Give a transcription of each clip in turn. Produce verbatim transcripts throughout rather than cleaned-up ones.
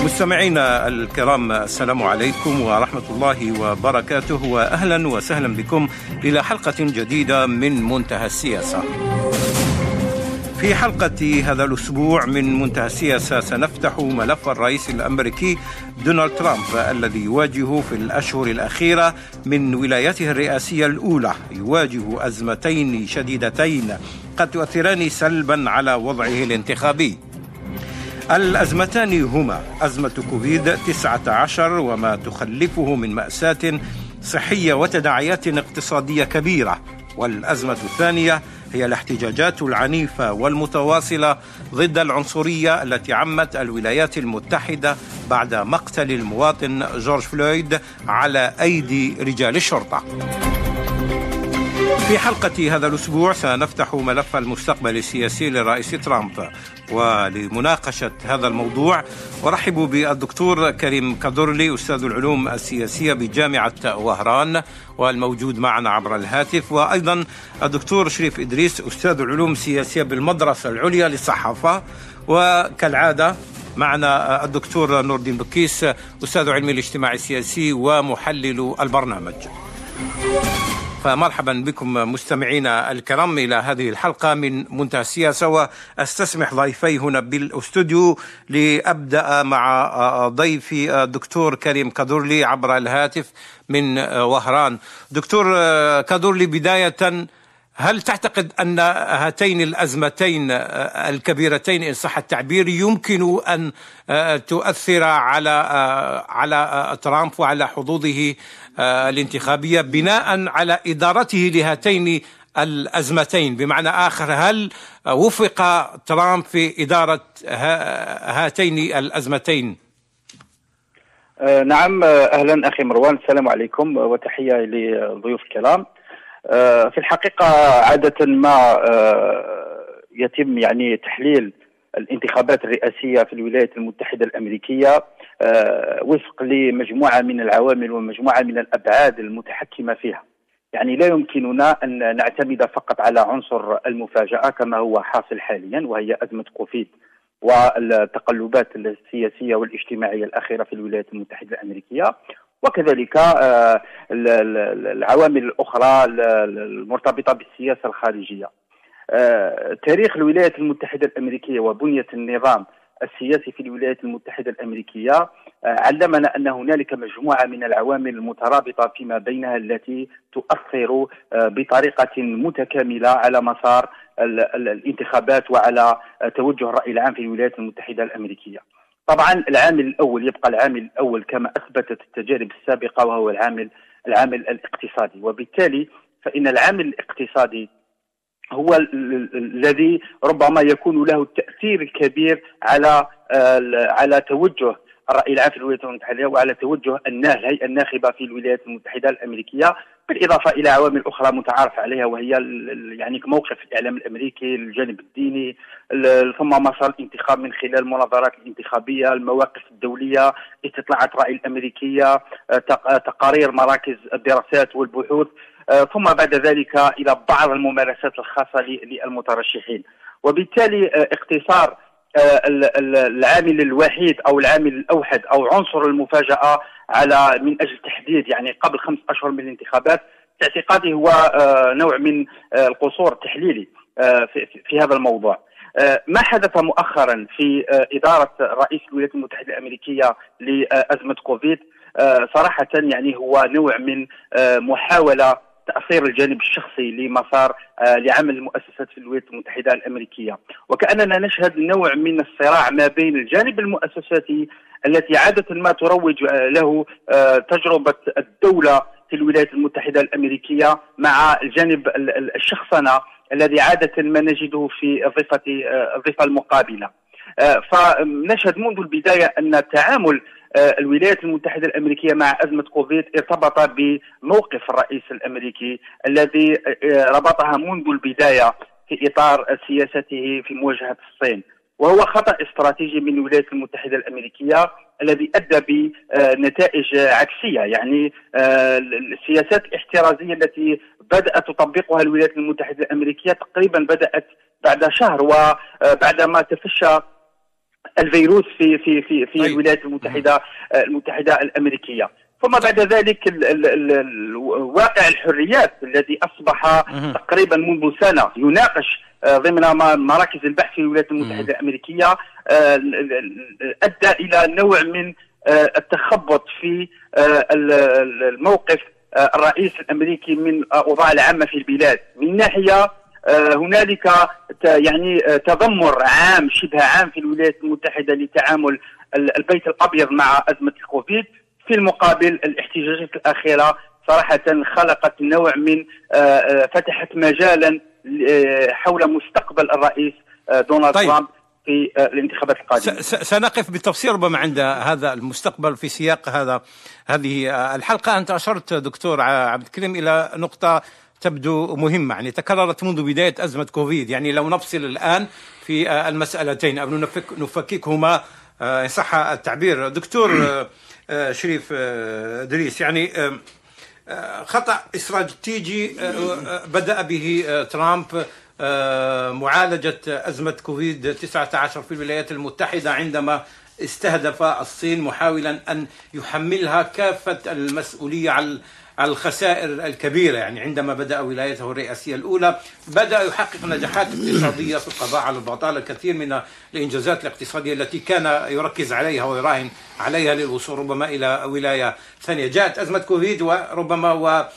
مستمعينا الكرام، السلام عليكم ورحمة الله وبركاته، وأهلا وسهلا بكم إلى حلقة جديدة من منتهى السياسة. في حلقة هذا الأسبوع من منتهى السياسة سنفتح ملف الرئيس الأمريكي دونالد ترامب الذي يواجه في الأشهر الأخيرة من ولايته الرئاسية الأولى يواجه أزمتين شديدتين قد تؤثران سلبا على وضعه الانتخابي. الأزمتان هما أزمة كوفيد تسعة عشر وما تخلفه من مأساة صحية وتداعيات اقتصادية كبيرة، والأزمة الثانية هي الاحتجاجات العنيفة والمتواصلة ضد العنصرية التي عمت الولايات المتحدة بعد مقتل المواطن جورج فلويد على أيدي رجال الشرطة. في حلقة هذا الأسبوع سنفتح ملف المستقبل السياسي للرئيس ترامب، ولمناقشة هذا الموضوع أرحب بالدكتور كريم كادورلي أستاذ العلوم السياسية بجامعة وهران والموجود معنا عبر الهاتف، وأيضا الدكتور شريف إدريس أستاذ العلوم السياسية بالمدرسة العليا للصحافة، وكالعادة معنا الدكتور نور الدين بكيس أستاذ علم الاجتماع السياسي ومحلل البرنامج. فمرحبا بكم مستمعينا الكرام إلى هذه الحلقة من منتهى السياسة، وأستسمح ضيفي هنا بالاستوديو لأبدأ مع ضيفي الدكتور كريم كادورلي عبر الهاتف من وهران. دكتور كادورلي، بداية هل تعتقد أن هاتين الأزمتين الكبيرتين إن صح التعبير يمكن أن تؤثر على على ترامب وعلى حظوظه الانتخابية بناء على إدارته لهاتين الأزمتين؟ بمعنى آخر، هل وفق ترامب في إدارة هاتين الأزمتين؟ آه نعم، أهلا أخي مروان، السلام عليكم وتحية لضيوف الكرام. آه في الحقيقة عادة ما آه يتم يعني تحليل الانتخابات الرئاسية في الولايات المتحدة الأمريكية آه وفق لمجموعة من العوامل ومجموعة من الأبعاد المتحكمة فيها. يعني لا يمكننا أن نعتمد فقط على عنصر المفاجأة كما هو حاصل حاليا، وهي أزمة كوفيد والتقلبات السياسية والاجتماعية الأخيرة في الولايات المتحدة الأمريكية، وكذلك آه العوامل الأخرى المرتبطة بالسياسة الخارجية. آه، تاريخ الولايات المتحدة الأمريكية وبنية النظام السياسي في الولايات المتحدة الأمريكية آه، علمنا أن هنالك مجموعة من العوامل المترابطة فيما بينها التي تؤثر آه، بطريقة متكاملة على مسار ال ال الانتخابات وعلى آه، توجه الرأي العام في الولايات المتحدة الأمريكية. طبعا العامل الأول يبقى العامل الأول كما أثبتت التجارب السابقة، وهو العامل العامل الاقتصادي، وبالتالي فإن العامل الاقتصادي هو الذي ربما يكون له التأثير الكبير على على توجه الرأي العام في الولايات المتحدة وعلى توجه الهيئة الناخبة في الولايات المتحدة الأمريكية، بالإضافة إلى عوامل أخرى متعارف عليها، وهي يعني موقف الإعلام الأمريكي، الجانب الديني، ثم مسار الانتخاب من خلال المناظرات الانتخابية، المواقف الدولية، استطلاعات الرأي الأمريكية، تقارير مراكز الدراسات والبحوث، ثم بعد ذلك إلى بعض الممارسات الخاصة للمترشحين. وبالتالي اقتصار العامل الوحيد أو العامل الأوحد أو عنصر المفاجأة على من أجل تحديد يعني قبل خمس أشهر من الانتخابات، في اعتقادي هو نوع من القصور التحليلي في هذا الموضوع. ما حدث مؤخرا في إدارة رئيس الولايات المتحدة الأمريكية لأزمة كوفيد صراحة يعني هو نوع من محاولة تأثير الجانب الشخصي لمسار آه لعمل المؤسسات في الولايات المتحدة الأمريكية، وكأننا نشهد نوع من الصراع ما بين الجانب المؤسساتي التي عادة ما تروج آه له آه تجربة الدولة في الولايات المتحدة الأمريكية مع الجانب الشخصنة الذي عادة ما نجده في الضفة آه الضفة المقابلة. آه فنشهد منذ البداية أن التعامل الولايات المتحدة الأمريكية مع أزمة كوفيد ارتبط بموقف الرئيس الأمريكي الذي ربطها منذ البداية في إطار سياسته في مواجهة الصين، وهو خطأ استراتيجي من الولايات المتحدة الأمريكية الذي أدى بنتائج عكسية. يعني السياسات الاحترازية التي بدأت تطبقها الولايات المتحدة الأمريكية تقريبا بدأت بعد شهر، وبعدما تفشى الفيروس في في في في طيب. الولايات المتحده المتحده الامريكيه. ثم بعد ذلك ال ال ال واقع الحريات الذي اصبح تقريبا منذ سنه يناقش ضمن مراكز البحث في الولايات المتحده الامريكيه ادى الى نوع من التخبط في الموقف الرئيس الامريكي من الاوضاع العامه في البلاد. من ناحيه هنالك يعني تذمر عام شبه عام في الولايات المتحده لتعامل البيت الابيض مع ازمه الكوفيد. في المقابل الاحتجاجات الاخيره صراحه خلقت نوع من فتحت مجالا حول مستقبل الرئيس دونالد طيب. ترامب في الانتخابات القادمه. سنقف بالتفصيل ربما عند هذا المستقبل في سياق هذا هذه الحلقه. انت اشرت دكتور عبد الكريم الى نقطه تبدو مهمه، يعني تكررت منذ بدايه ازمه كوفيد. يعني لو نفصل الان في المسالتين او نفك نفككهما ان صح التعبير دكتور شريف دريس، يعني خطأ استراتيجي بدأ به ترامب معالجة أزمة كوفيد تسعة عشر في الولايات المتحدة عندما استهدف الصين محاولا أن يحملها كافة المسؤولية على الخسائر الكبيرة. يعني عندما بدأ ولايته الرئاسية الأولى بدأ يحقق نجاحات اقتصادية في القضاء على البطالة. الكثير من الإنجازات الاقتصادية التي كان يركز عليها ويراهن عليها للوصول ربما إلى ولاية ثانية. جاءت أزمة كوفيد وربما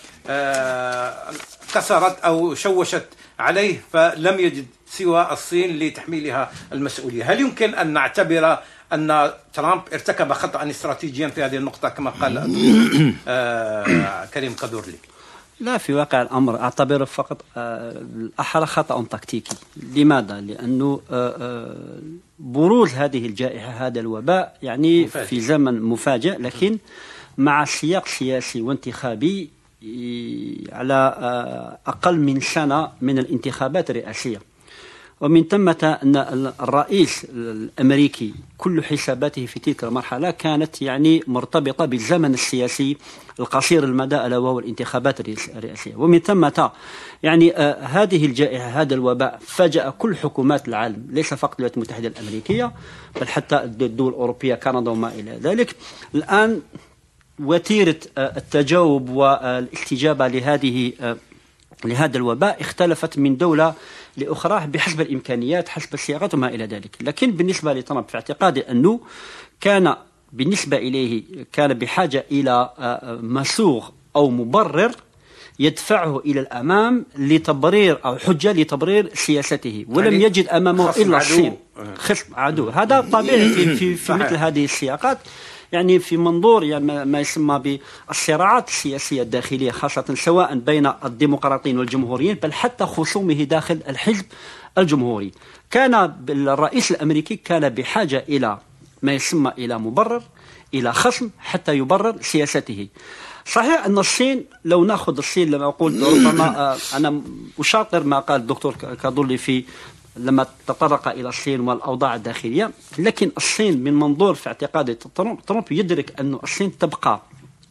وكسرت أو شوشت عليه، فلم يجد سوى الصين لتحميلها المسؤولية. هل يمكن أن نعتبر أن ترامب ارتكب خطأ استراتيجيا في هذه النقطة كما قال آه كريم كادورلي؟ لا، في واقع الأمر أعتبره فقط الأحرى خطأ تكتيكي. لماذا؟ لأنه بروز هذه الجائحة هذا الوباء يعني مفاجئ. في زمن مفاجئ، لكن مع سياق سياسي وانتخابي على أقل من سنة من الانتخابات الرئاسية. ومن ثم أن الرئيس الأمريكي كل حساباته في تلك المرحلة كانت يعني مرتبطة بالزمن السياسي القصير المدى ألا وهو الانتخابات الرئاسية. ومن ثم يعني آه هذه الجائحة هذا الوباء فاجأ كل حكومات العالم، ليس فقط الولايات المتحدة الأمريكية بل حتى الدول الأوروبية كندا وما إلى ذلك. الآن وتيرة آه التجاوب والاستجابة لهذه آه لهذا الوباء اختلفت من دولة لأخرى بحسب الإمكانيات حسب الصياغات وما إلى ذلك. لكن بالنسبة لترامب في اعتقادي أنه كان بالنسبة إليه كان بحاجة إلى مسوغ أو مبرر يدفعه إلى الأمام لتبرير أو حجة لتبرير سياسته، ولم يعني يجد أمامه إلا الصين خصم عدو. هذا طبيعي في, في, في مثل هذه السياقات، يعني في منظور يعني ما يسمى بالصراعات السياسية الداخلية خاصة سواء بين الديمقراطيين والجمهوريين بل حتى خصومه داخل الحزب الجمهوري. كان الرئيس الأمريكي كان بحاجة إلى ما يسمى إلى مبرر، إلى خصم حتى يبرر سياسته. صحيح أن الصين لو نأخذ الصين لما أقول ربما أنا أشاطر ما قال الدكتور كادورلي في لما تطرق إلى الصين والأوضاع الداخلية، لكن الصين من منظور في اعتقاد ترامب يدرك أن الصين تبقى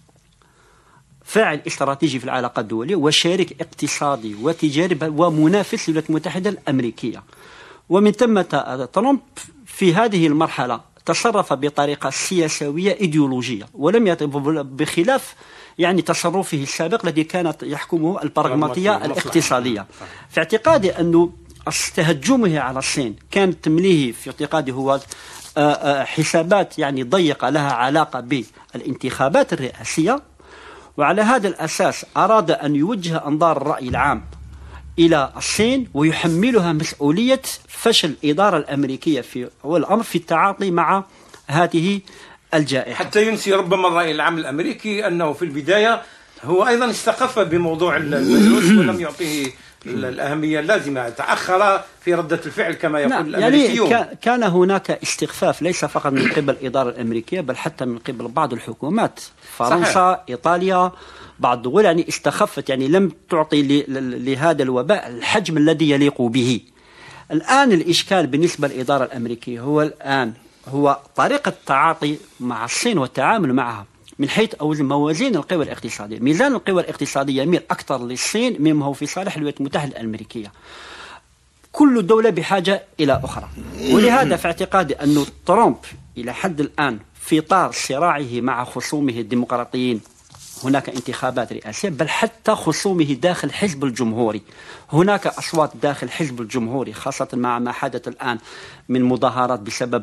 فاعل استراتيجي في العلاقات الدولية وشريك اقتصادي وتجاري ومنافس للولايات المتحدة الأمريكية. ومن ثم ترامب في هذه المرحلة تصرف بطريقة سياسية إيديولوجية ولم يتبع بخلاف يعني تصرفه السابق الذي كانت يحكمه البراغماتية الاقتصادية. في اعتقادي أنه تهجمه على الصين كانت تمليه في اعتقادي هو حسابات يعني ضيقة لها علاقة بالانتخابات الرئاسية، وعلى هذا الأساس أراد أن يوجه أنظار الرأي العام إلى الصين ويحملها مسؤولية فشل الإدارة الأمريكية في أول الأمر في التعاطي مع هذه الجائحة، حتى ينسي ربما الرأي العام الأمريكي أنه في البداية هو أيضا استخف بموضوع الفيروس ولم يعطيه الأهمية اللازمة، تأخر في ردة الفعل كما يقول الأمريكيون. يعني كان هناك استخفاف ليس فقط من قبل الإدارة الأمريكية بل حتى من قبل بعض الحكومات، فرنسا صحيح. إيطاليا بعض الدول يعني استخفت، يعني لم تعطي لهذا الوباء الحجم الذي يليق به. الآن الإشكال بالنسبة للإدارة الأمريكية هو الآن هو طريقة التعاطي مع الصين والتعامل معها من حيث موازين القوى الاقتصادية. ميزان القوى الاقتصادية يميل أكثر للصين مما هو في صالح الولايات المتحدة الأمريكية. كل دولة بحاجة إلى أخرى. ولهذا في اعتقادي أن ترامب إلى حد الآن في إطار صراعه مع خصومه الديمقراطيين، هناك انتخابات رئاسية، بل حتى خصومه داخل الحزب الجمهوري، هناك أصوات داخل الحزب الجمهوري خاصة مع ما حدث الآن من مظاهرات بسبب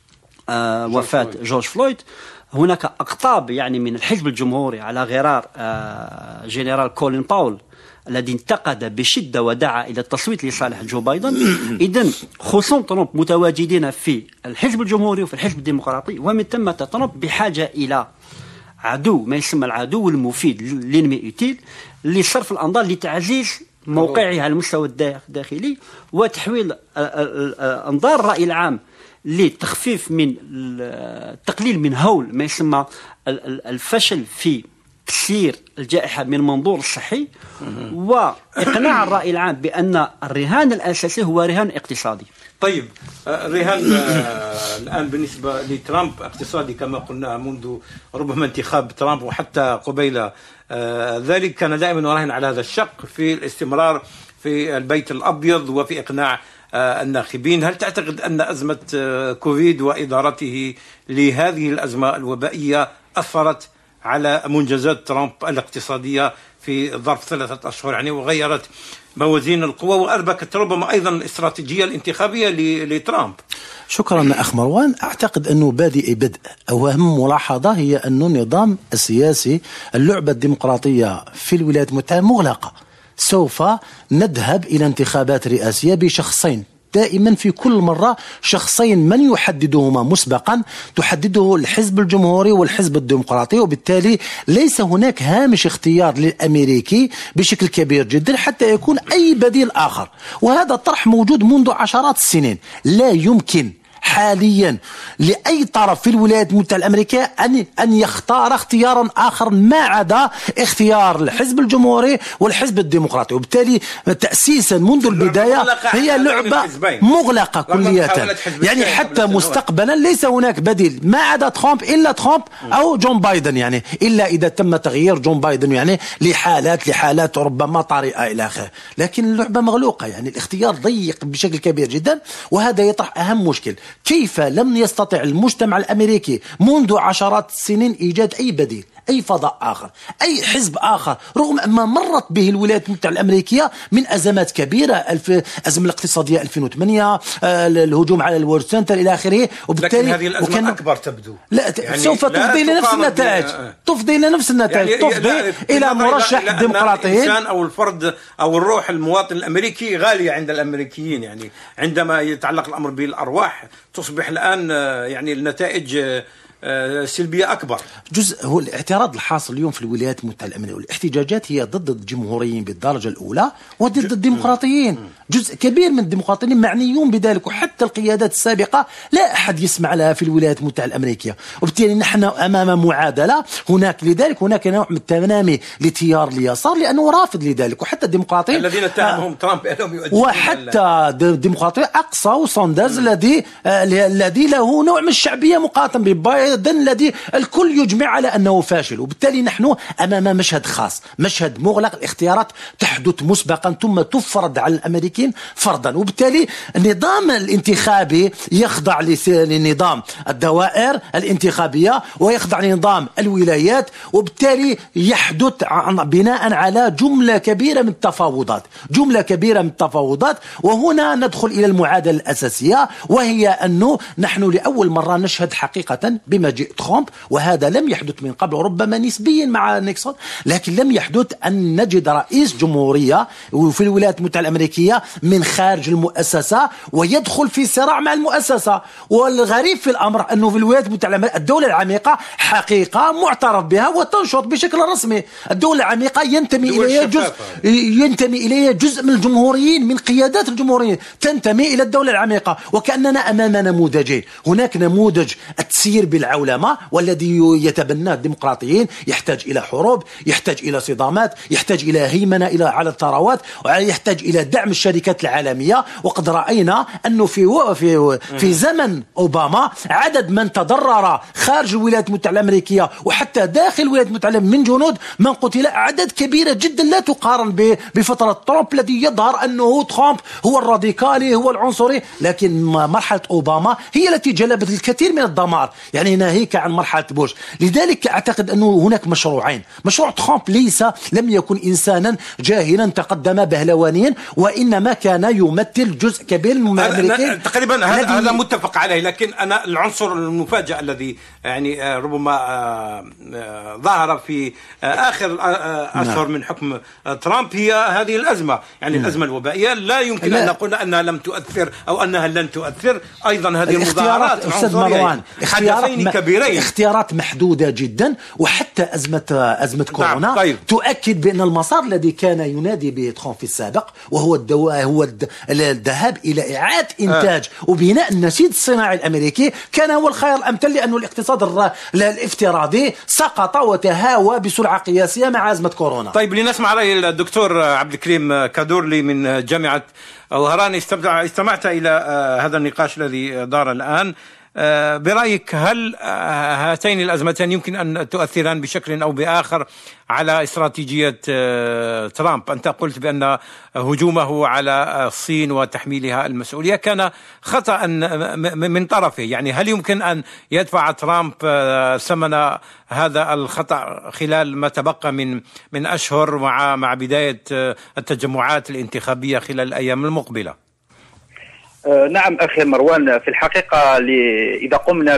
آه وفاة جورج فلويد. هناك أقطاب يعني من الحزب الجمهوري على غرار آه جنرال كولين باول الذي انتقد بشدة ودعا إلى التصويت لصالح جو بايدن. إذن خصوم ترامب متواجدين في الحزب الجمهوري وفي الحزب الديمقراطي، ومن ثم ترامب بحاجة إلى عدو، ما يسمى العدو المفيد لينمي يوتيل، لصرف الأنظار لتعزيز موقعه على المستوى الداخلي وتحويل أنظار الرأي العام لتخفيف من التقليل من هول ما يسمى الفشل في تسيير الجائحة من منظور الصحي، وإقناع الرأي العام بأن الرهان الأساسي هو رهان اقتصادي. طيب الرهان الآن بالنسبة لترامب اقتصادي كما قلنا منذ ربما انتخاب ترامب، وحتى قبيل ذلك كان دائما يراهن على هذا الشق في الاستمرار في البيت الأبيض وفي إقناع الناخبين. هل تعتقد أن أزمة كوفيد وإدارته لهذه الأزمة الوبائية أثرت على منجزات ترامب الاقتصادية في ظرف ثلاثة أشهر يعني، وغيرت موازين القوى وأربكت ربما أيضا الاستراتيجية الانتخابية لترامب؟ شكرا أخ مروان. أعتقد أنه بادئ بدء أو أهم ملاحظة هي أن النظام السياسي، اللعبة الديمقراطية في الولايات المتحدة مغلقة. سوف نذهب إلى انتخابات رئاسية بشخصين، دائما في كل مرة شخصين من يحددهما مسبقا، تحدده الحزب الجمهوري والحزب الديمقراطي، وبالتالي ليس هناك هامش اختيار للأمريكي بشكل كبير جدا حتى يكون أي بديل آخر. وهذا الطرح موجود منذ عشرات السنين. لا يمكن حاليا لأي طرف في الولايات المتحدة الأمريكية أن أن يختار اختيارا آخر ما عدا اختيار الحزب الجمهوري والحزب الديمقراطي، وبالتالي تأسيسا منذ البداية هي لعبة مغلقة كلية. يعني حتى مستقبلا ليس هناك بديل ما عدا ترامب إلا ترامب أو جون بايدن، يعني إلا إذا تم تغيير جون بايدن يعني لحالات لحالات ربما طارئة إلى آخره، لكن اللعبة مغلوقة. يعني الاختيار ضيق بشكل كبير جدا، وهذا يطرح أهم مشكل. كيف لم يستطع المجتمع الأمريكي منذ عشرات السنين إيجاد أي بديل، أي فضاء آخر، أي حزب آخر، رغم ما مرت به الولايات المتحدة الأمريكية من أزمات كبيرة، الأزمة الاقتصادية ألفين وثمانية، الهجوم على الورد سنتر إلى آخره. وبالتالي لكن هذه الأزمة وكان أكبر تبدو. لا يعني سوف تفضي إلى نفس النتائج، تفضي إلى نفس النتائج، يعني تفضي إلى مرشح ديمقراطي. الإنسان أو الفرد أو الروح المواطن الأمريكي غالية عند الأمريكيين، يعني عندما يتعلق الأمر بالأرواح تصبح الآن يعني النتائج سلبية أكبر. جزء هو الاعتراض الحاصل اليوم في الولايات المتحدة الأمريكية، الاحتجاجات هي ضد الجمهوريين بالدرجة الأولى وضد الديمقراطيين. جزء كبير من الديمقراطيين معنيون بذلك، وحتى القيادات السابقة لا أحد يسمع لها في الولايات المتحدة الأمريكية، وبالتالي نحن أمام معادلة. هناك لذلك هناك نوع من التنامي لتيار اليسار لأنه رافض لذلك، وحتى الديمقراطيين الذين اتهمهم آه ترامب أنهم يؤدون، وحتى الديمقراطيين أقصوا ساندرز الذي آه الذي له نوع من الشعبية مقارنة ببايدن الذي الكل يجمع على أنه فاشل. وبالتالي نحن أمام مشهد خاص، مشهد مغلق. الاختيارات تحدث مسبقا ثم تفرض على الأمريكيين فرضا، وبالتالي النظام الانتخابي يخضع لنظام الدوائر الانتخابية ويخضع لنظام الولايات، وبالتالي يحدث بناء على جملة كبيرة من التفاوضات، جملة كبيرة من التفاوضات. وهنا ندخل إلى المعادلة الأساسية، وهي أنه نحن لأول مرة نشهد حقيقة بمجيء ترامب، وهذا لم يحدث من قبل، ربما نسبيا مع نيكسون، لكن لم يحدث أن نجد رئيس جمهورية في الولايات المتحدة الأمريكية من خارج المؤسسة ويدخل في صراع مع المؤسسة. والغريب في الأمر أنه في الولايات المتحدة الأمريكية الدولة العميقة حقيقة معترف بها وتنشط بشكل رسمي. الدولة العميقة ينتمي إليها جزء ينتمي إليها جزء من الجمهوريين، من قيادات الجمهوريين تنتمي إلى الدولة العميقة، وكأننا أمام نموذجين. هناك نموذج التسيير العولمة والذي يتبناه الديمقراطيين يحتاج إلى حروب، يحتاج إلى صدامات، يحتاج إلى هيمنة إلى على الثروات، ويحتاج إلى دعم الشركات العالمية. وقد رأينا أنه في في في زمن أوباما عدد من تضرر خارج الولايات المتحدة الأمريكية وحتى داخل الولايات المتحدة من جنود من قتل أعداد كبيرة جدا لا تقارن بفترة ترامب الذي يظهر أنه ترامب هو الراديكالي هو العنصري، لكن مرحلة أوباما هي التي جلبت الكثير من الدمار، يعني ناهيك عن مرحلة بوش. لذلك أعتقد أنه هناك مشروعين. مشروع ترامب ليس لم يكن إنسانا جاهلا تقدم بهلوانيا، وإنما كان يمثل جزء كبير من الأمريكين. تقريبا هذا هذا متفق عليه، لكن أنا العنصر المفاجئ الذي يعني ربما ظهر في آخر أشهر من حكم ترامب هي هذه الأزمة، يعني الأزمة الوبائية لا يمكن لا. أن نقول أنها لم تؤثر أو أنها لن تؤثر. أيضا هذه المظاهرات أستاذ مروان حدثين كبيرين، اختيارات محدودة جدا، وحتى أزمة أزمة كورونا نعم. طيب. تؤكد بأن المسار الذي كان ينادي به ترامب في السابق وهو الدواء هو الذهاب إلى إعادة إنتاج آه. وبناء النشيد الصناعي الأمريكي كان هو الخيار الأمثل، لأن الاقتصاد الافتراضي سقط وتهاوى بسرعة قياسية مع أزمة كورونا. طيب لنسمع رأي الدكتور عبد الكريم كادورلي من جامعة وهران. استمعت إلى هذا النقاش الذي دار الآن، برأيك هل هاتين الأزمتين يمكن أن تؤثران بشكل أو بآخر على استراتيجية ترامب؟ أنت قلت بأن هجومه على الصين وتحميلها المسؤولية كان خطأ من طرفه، يعني هل يمكن أن يدفع ترامب ثمن هذا الخطأ خلال ما تبقى من من أشهر مع مع بداية التجمعات الانتخابية خلال الأيام المقبلة؟ نعم أخي مروان، في الحقيقة إذا قمنا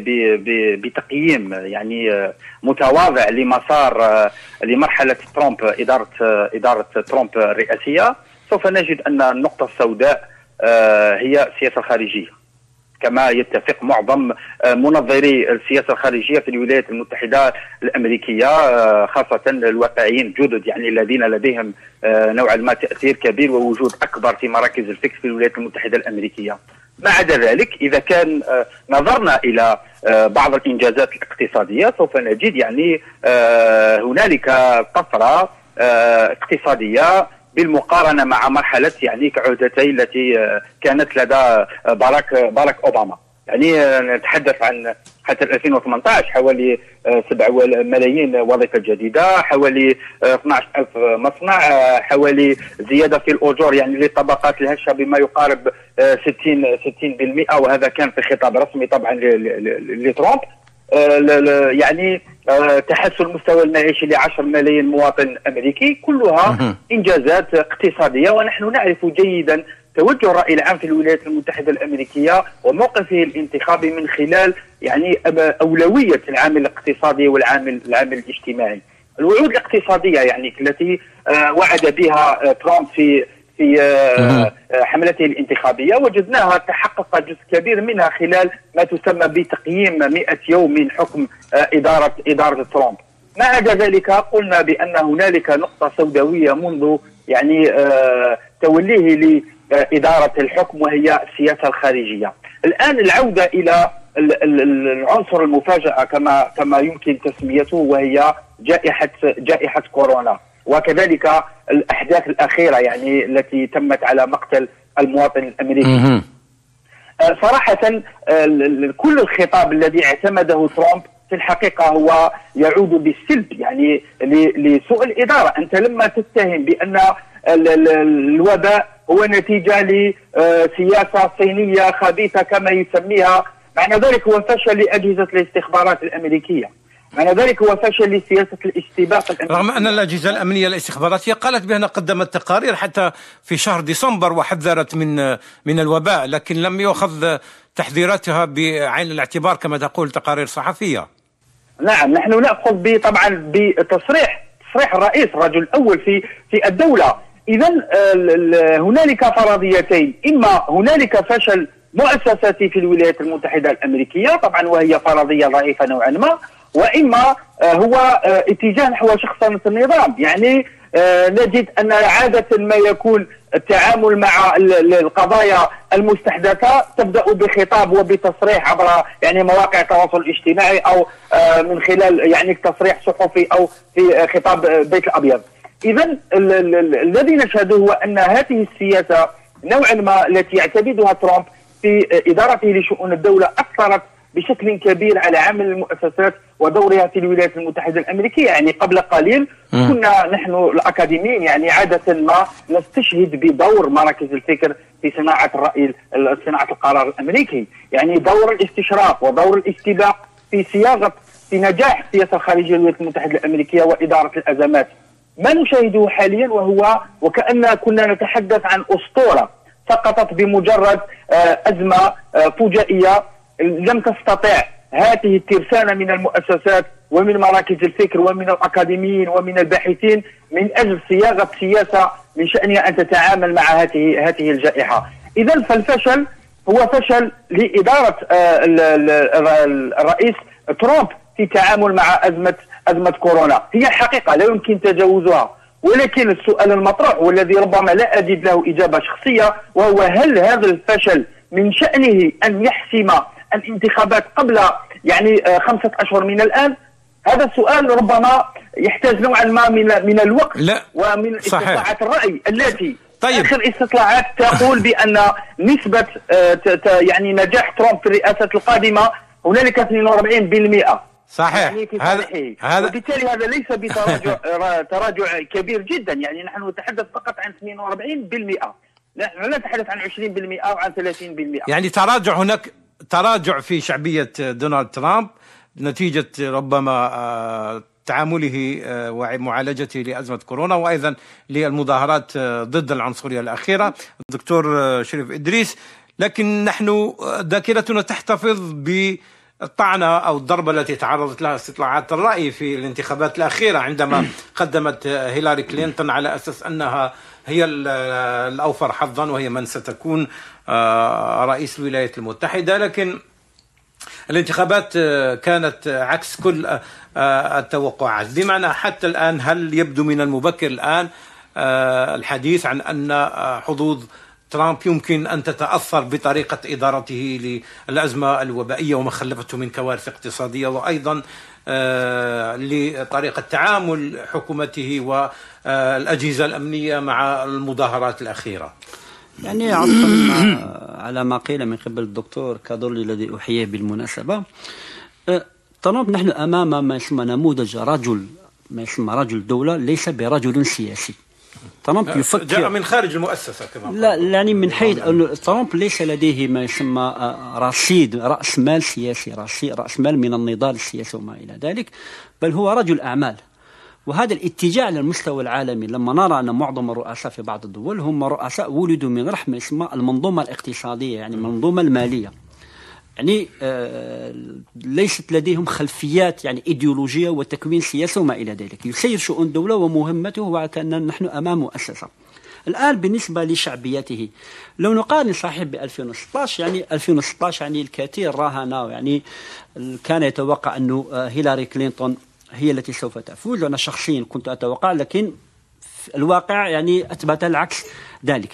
بتقييم يعني متواضع لمسار لمرحلة ترامب إدارة إدارة ترامب الرئاسية، سوف نجد أن النقطة السوداء هي السياسة الخارجية، كما يتفق معظم منظري السياسة الخارجية في الولايات المتحدة الأمريكية، خاصة الواقعيين الجدد يعني الذين لديهم نوعا ما تأثير كبير ووجود أكبر في مراكز الفكر في الولايات المتحدة الأمريكية. ما عدا ذلك إذا كان نظرنا إلى بعض الإنجازات الاقتصادية سوف نجد يعني هنالك طفرة اقتصادية بالمقارنة مع مرحلة يعني كعهدتي التي كانت لدى باراك باراك أوباما. يعني نتحدث عن حتى ألفين وثمانية عشر حوالي سبعة ملايين وظيفة جديدة، حوالي اثني عشر ألف مصنع، حوالي زيادة في الأجور يعني للطبقات الهشة بما يقارب ستين بالمئة، وهذا كان في خطاب رسمي طبعا لترامب. يعني تحسن المستوى المعيشي لعشر ملايين مواطن أمريكي، كلها إنجازات اقتصادية. ونحن نعرف جيدا توجه الرأي العام في الولايات المتحدة الأمريكية وموقفه الانتخابي من خلال يعني أولوية العامل الاقتصادي والعامل العامل الاجتماعي. الوعود الاقتصادية يعني التي وعد بها ترامب في في حملته الانتخابية وجدناها تحقق جزء كبير منها خلال ما تسمى بتقييم مئة يوم من حكم إدارة إدارة ترامب. ما عدا ذلك قلنا بأن هنالك نقطة سوداوية منذ يعني توليه لإدارة الحكم وهي السياسة الخارجية. الآن العودة إلى العنصر المفاجأة كما كما يمكن تسميته، وهي جائحة جائحة كورونا، وكذلك الأحداث الأخيرة يعني التي تمت على مقتل المواطن الأمريكي. صراحة كل الخطاب الذي اعتمده ترامب في الحقيقة هو يعود بالسلب يعني لسوء الإدارة. أنت لما تتهم بأن الوباء هو نتيجة لسياسة صينية خبيثة كما يسميها، معنى ذلك هو فشل لأجهزة الاستخبارات الأمريكية، معنى ذلك هو فشل لسياسة الاستباق الأمريكية. رغم أن الأجهزة الأمنية الاستخباراتية قالت بأنها قدمت تقارير حتى في شهر ديسمبر وحذرت من من الوباء، لكن لم يؤخذ تحذيراتها بعين الاعتبار كما تقول تقارير صحفية. نعم، نحن نأخذ طبعا بتصريح تصريح الرئيس الرجل الأول في في الدولة. إذا هنالك فرضيتين، إما هنالك فشل مؤسساتي في الولايات المتحدة الأمريكية طبعا وهي فرضية ضعيفة نوعا ما، وإما هو اتجاه نحو شخصنة النظام. يعني نجد أن عادة ما يكون التعامل مع القضايا المستحدثة تبدأ بخطاب وبتصريح عبر يعني مواقع التواصل الاجتماعي أو من خلال يعني تصريح صحفي أو في خطاب بيت الأبيض. إذا الذي نشهده هو أن هذه السياسة نوعا ما التي يعتمدها ترامب في إدارته لشؤون الدولة أثرت بشكل كبير على عمل المؤسسات ودورها في الولايات المتحدة الأمريكية. يعني قبل قليل كنا نحن الأكاديميين يعني عادة ما نستشهد بدور مراكز الفكر في صناعة الرأي صناعة القرار الأمريكي، يعني دور الاستشراف ودور الاستباق في صياغة في نجاح السياسة الخارجية للولايات المتحدة الأمريكية وإدارة الأزمات. ما نشاهده حاليا وهو وكأن كنا نتحدث عن أسطورة سقطت بمجرد أزمة فجائية لم تستطع هذه الترسانة من المؤسسات ومن مراكز الفكر ومن الأكاديميين ومن الباحثين من أجل صياغة سياسة من شأنها أن تتعامل مع هذه هذه الجائحة. إذا فالفشل هو فشل لإدارة الرئيس ترامب في التعامل مع أزمة أزمة كورونا. هي حقيقة لا يمكن تجاوزها، ولكن السؤال المطروح والذي ربما لا أجد له إجابة شخصية وهو هل هذا الفشل من شأنه أن يحسم الانتخابات قبل يعني خمسة أشهر من الآن؟ هذا السؤال ربما يحتاج نوعا ما من من الوقت لا. ومن استطلاعات الرأي التي طيب. آخر استطلاعات تقول بأن نسبة يعني نجاح ترامب في الرئاسة القادمة هنالك اثنين وأربعين بالمئة. صحيح. يعني هذا هذا وبالتالي هذا ليس بتراجع تراجع كبير جدا، يعني نحن نتحدث فقط عن اثنين وأربعين بالمئة، لا نتحدث عن عشرين بالمئة أو عن ثلاثين بالمئة. يعني تراجع، هناك تراجع في شعبية دونالد ترامب نتيجة ربما تعامله ومعالجته لأزمة كورونا وأيضا للمظاهرات ضد العنصرية الأخيرة. الدكتور شريف إدريس، لكن نحن ذاكرتنا تحتفظ بالطعنة أو الضربة التي تعرضت لها استطلاعات الرأي في الانتخابات الأخيرة عندما قدمت هيلاري كلينتون على أساس أنها هي الأوفر حظا وهي من ستكون رئيس الولايات المتحدة، لكن الانتخابات كانت عكس كل التوقعات. بمعنى حتى الآن هل يبدو من المبكر الآن الحديث عن أن حظوظ ترامب يمكن أن تتأثر بطريقة إدارته للأزمة الوبائية وما خلفته من كوارث اقتصادية، وأيضا لطريقة تعامل حكومته والأجهزة الأمنية مع المظاهرات الأخيرة؟ يعني عطفا على ما قيل من قبل الدكتور كادورلي الذي أحييه بالمناسبة، ترامب نحن أمام ما يسمى نموذج رجل ما يسمى رجل دولة ليس برجل سياسي. ترامب يفكر جاء من خارج المؤسسة كما لا يعني من حيث أن ترامب ليس لديه ما يسمى رصيد رأس مال سياسي، رأس مال من النضال السياسي وما إلى ذلك، بل هو رجل أعمال. وهذا الاتجاه على المستوى العالمي لما نرى أن معظم الرؤساء في بعض الدول هم رؤساء ولدوا من رحم اسمها المنظومة الاقتصادية، يعني المنظومة المالية، يعني آه ليست لديهم خلفيات يعني إيديولوجية وتكوين سياسي وما إلى ذلك. يسير شؤون الدولة ومهمته وكأننا نحن أمام مؤسسة. الآن بالنسبة لشعبيته لو نقارن صحيح ب ألفين وستة عشر، يعني ألفين وستة عشر يعني الكثير راهن يعني كان يتوقع أنه هيلاري كلينتون هي التي سوف تفوز، وأنا شخصيا كنت أتوقع، لكن الواقع يعني أثبت العكس ذلك.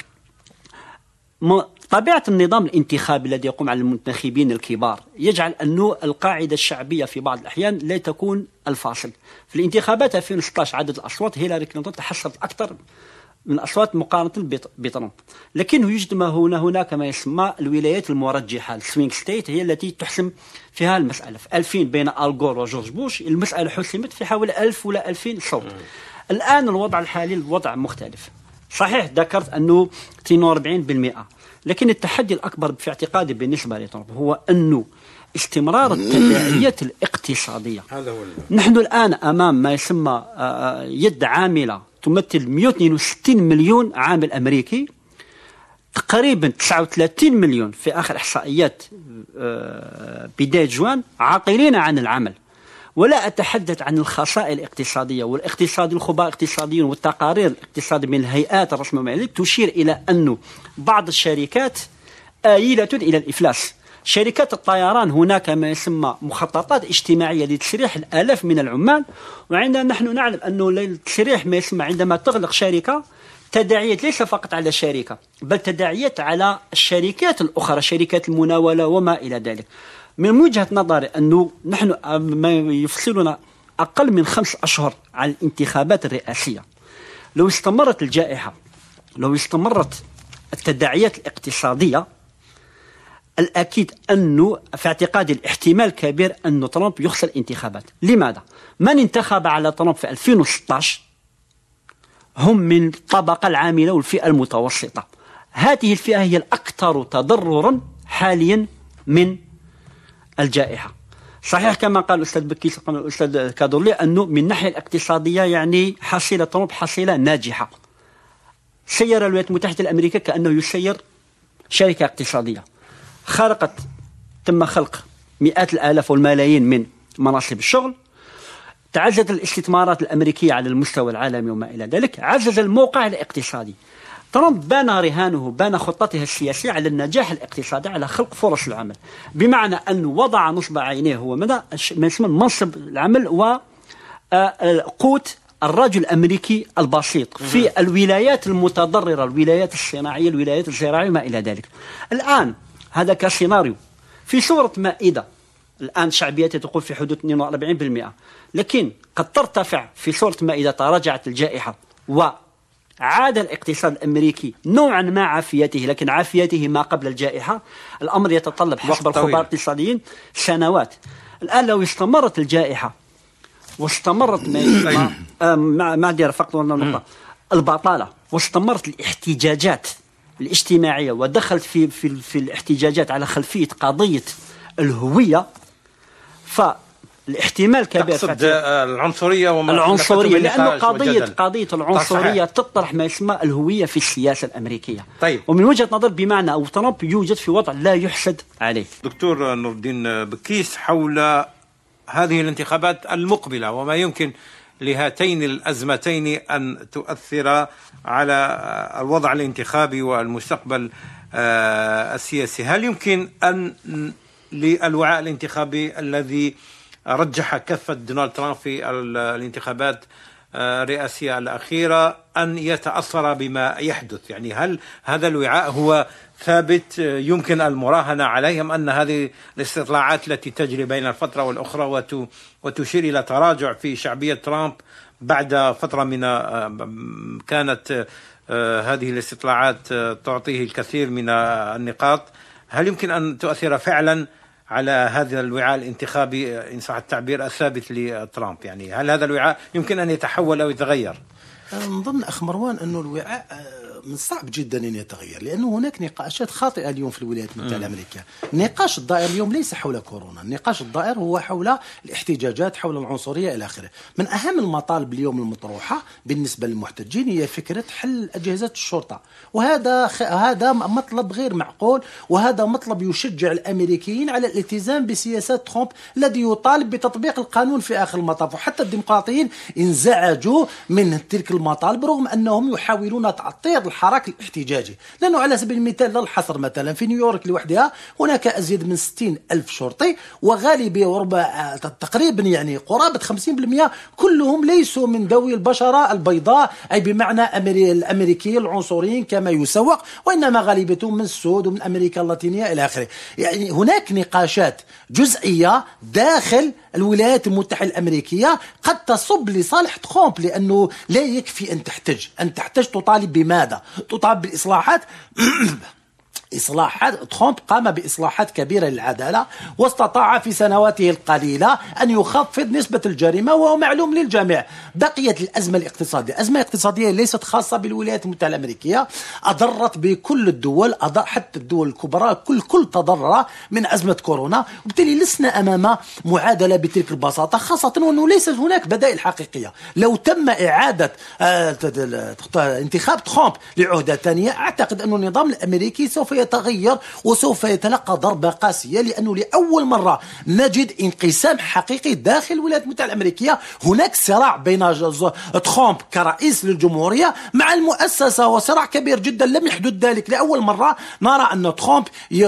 طبيعة النظام الانتخابي الذي يقوم على المنتخبين الكبار يجعل أن القاعدة الشعبية في بعض الأحيان لا تكون الفاصل. في الانتخابات ألفين وستة عشر عدد الأصوات هيلاري كلينتون تحصلت أكثر من الأصوات مقارنة بترامب، لكنه يوجد ما هنا هناك ما يسمى الولايات المرجحة، السوينغ ستيت، هي التي تحسم فيها المسألة. في ألفين بين آل غور وجورج بوش المسألة حسمت في حوالي ألف ولا ألفين صوت. الآن الوضع الحالي الوضع مختلف. صحيح ذكرت أنه اثنين وأربعين بالمئة، لكن التحدي الأكبر في اعتقادي بالنسبة لترامب هو أنه استمرار التداعيات الاقتصادية. هذا هو. نحن الآن أمام ما يسمى يد عاملة تمثل مئة واثنين وستين مليون عامل أمريكي، تقريبا تسعة وثلاثين مليون في آخر إحصائيات بداية جوان عاقلين عن العمل. ولا أتحدث عن الخسائر الاقتصادية والاقتصاد، الخبراء الاقتصاديون والتقارير الاقتصادية من الهيئات الرسمية تشير إلى أن بعض الشركات آيلة إلى الإفلاس. شركات الطيران هناك ما يسمى مخططات اجتماعية لتسريح الآلاف من العمال، وعندنا نحن نعلم أنه التسريح ما يسمى عندما تغلق شركة تداعيات ليس فقط على الشركة بل تداعيات على الشركات الأخرى، شركات المناولة وما إلى ذلك. من وجهة نظري أنه نحن ما يفصلنا أقل من خمس أشهر على الانتخابات الرئاسية. لو استمرت الجائحة، لو استمرت التداعيات الاقتصادية، الأكيد أنه في اعتقادي الاحتمال كبير أن ترامب يخسر الانتخابات. لماذا؟ من انتخب على ترامب في ألفين وستة عشر هم من الطبقة العاملة والفئة المتوسطة. هذه الفئة هي الأكثر تضررا حاليا من الجائحة. صحيح كما قال الأستاذ بكيس وقال الأستاذ كادورلي أنه من الناحية الاقتصادية يعني حصيلة ترامب حصيلة ناجحة. سير الولايات المتحدة الأمريكية كأنه يسير شركة اقتصادية، خلقت تم خلق مئات الآلاف والملايين من مناصب الشغل، تعزز الاستثمارات الأمريكية على المستوى العالمي وما إلى ذلك، عزز الموقع الاقتصادي. ترامب بنى رهانه، بنى خطته السياسية على النجاح الاقتصادي، على خلق فرص العمل، بمعنى أنه وضع نصب عينيه هو مدى ما يسمى منصب العمل وقوت الرجل الأمريكي البسيط في الولايات المتضررة، الولايات الصناعية، الولايات الزراعية وما إلى ذلك. الآن هذا كسيناريو في صورة مائدة، الآن شعبيتها تقول في حدود اثنين وأربعين بالمئة، لكن قد ترتفع في صورة مائدة تراجعت الجائحة وعاد الاقتصاد الأمريكي نوعا ما عافيته، لكن عافيته ما قبل الجائحة. الأمر يتطلب حسب الخبراء الاقتصاديين سنوات. الآن لو استمرت الجائحة واستمرت ما ما دير فقط نقطة البطالة، واستمرت الاحتجاجات الاجتماعية ودخلت في في في الاحتجاجات على خلفية قضية الهوية، فالاحتمال كبير تقصد العنصرية وما العنصرية لأنه قضية قضية العنصرية تطرح ما يسمى الهوية في السياسة الأمريكية. طيب. ومن وجهة نظر بمعنى أو ترامب يوجد في وضع لا يحسد عليه. دكتور نور الدين بكيس، حول هذه الانتخابات المقبلة وما يمكن لهاتين الأزمتين أن تؤثر على الوضع الانتخابي والمستقبل السياسي، هل يمكن أن للوعاء الانتخابي الذي رجح كفة دونالد ترامب في الانتخابات الرئاسية الأخيرة أن يتأثر بما يحدث؟ يعني هل هذا الوعاء هو ثابت يمكن المراهنة عليه، أم أن هذه الاستطلاعات التي تجري بين الفترة والأخرى وتشير إلى تراجع في شعبية ترامب بعد فترة من كانت هذه الاستطلاعات تعطيه الكثير من النقاط، هل يمكن أن تؤثر فعلا على هذا الوعاء الانتخابي إن صح التعبير الثابت لترامب؟ يعني هل هذا الوعاء يمكن أن يتحول أو يتغير؟ نظن أخ مروان أنه الوعاء من الصعب جدا أن يتغير، لأنه هناك نقاشات خاطئة اليوم في الولايات المتحدة الأمريكية. النقاش الدائر اليوم ليس حول كورونا، النقاش الدائر هو حول الاحتجاجات، حول العنصرية إلى آخره. من أهم المطالب اليوم المطروحة بالنسبة للمحتجين هي فكرة حل أجهزة الشرطة، وهذا خ... هذا مطلب غير معقول، وهذا مطلب يشجع الأمريكيين على الالتزام بسياسات ترامب الذي يطالب بتطبيق القانون في آخر المطاف. وحتى الديمقراطيين انزعجوا من تلك المطالب رغم أنهم يحاولون تعطيل الحراك الاحتجاجي، لأنه على سبيل المثال لا الحصر مثلا في نيويورك لوحدها هناك أزيد من ستين ألف شرطي، وغالبية وربع تقريبا يعني قرابة خمسين بالمئة كلهم ليسوا من ذوي البشرة البيضاء، أي بمعنى أمري الأمريكيين العنصريين كما يسوق، وإنما غالبيتهم من السود ومن أمريكا اللاتينية إلى آخره. يعني هناك نقاشات جزئية داخل الولايات المتحدة الأمريكية قد تصب لصالح ترامب، لأنه لا يكفي أن تحتج أن تحتج تطالب بماذا؟ تطالب بالإصلاحات. إصلاحات ترامب قام بإصلاحات كبيرة للعدالة، واستطاع في سنواته القليلة أن يخفض نسبة الجريمة، وهو معلوم للجميع. بقيت الأزمة الاقتصادية، الأزمة الاقتصادية ليست خاصة بالولايات المتحدة الأمريكية، أضرت بكل الدول، أضر حتى الدول الكبرى كل كل تضرر من أزمة كورونا، وبالتالي لسنا أمام معادلة بتلك البساطة، خاصة وأنه ليست هناك بدائل حقيقية. لو تم إعادة انتخاب ترامب لعهدة ثانية، أعتقد أن النظام الأمريكي سوف يتغير وسوف يتلقى ضربة قاسية، لأنه لأول مرة نجد انقسام حقيقي داخل الولايات المتحدة الأمريكية. هناك صراع بين ترامب كرئيس للجمهورية مع المؤسسة، وصراع كبير جدا لم يحدث ذلك. لأول مرة نرى أن ترامب